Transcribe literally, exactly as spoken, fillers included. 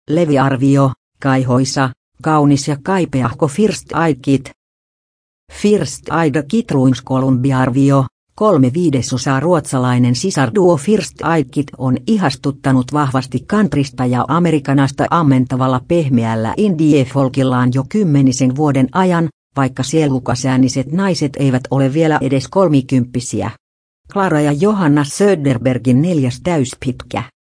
Leviarvio, kaihoisa, kaunis ja kaipeahko First Aid Kit. First Aid Kit Ruins Columbia-arvio, kolme viidesosaa ruotsalainen sisarduo First Aid Kit on ihastuttanut vahvasti countrysta ja amerikanasta ammentavalla pehmeällä indie-folkillaan jo kymmenisen vuoden ajan, vaikka sielukasääniset naiset eivät ole vielä edes kolmikymppisiä. Clara ja Johanna Söderbergin neljäs täyspitkä.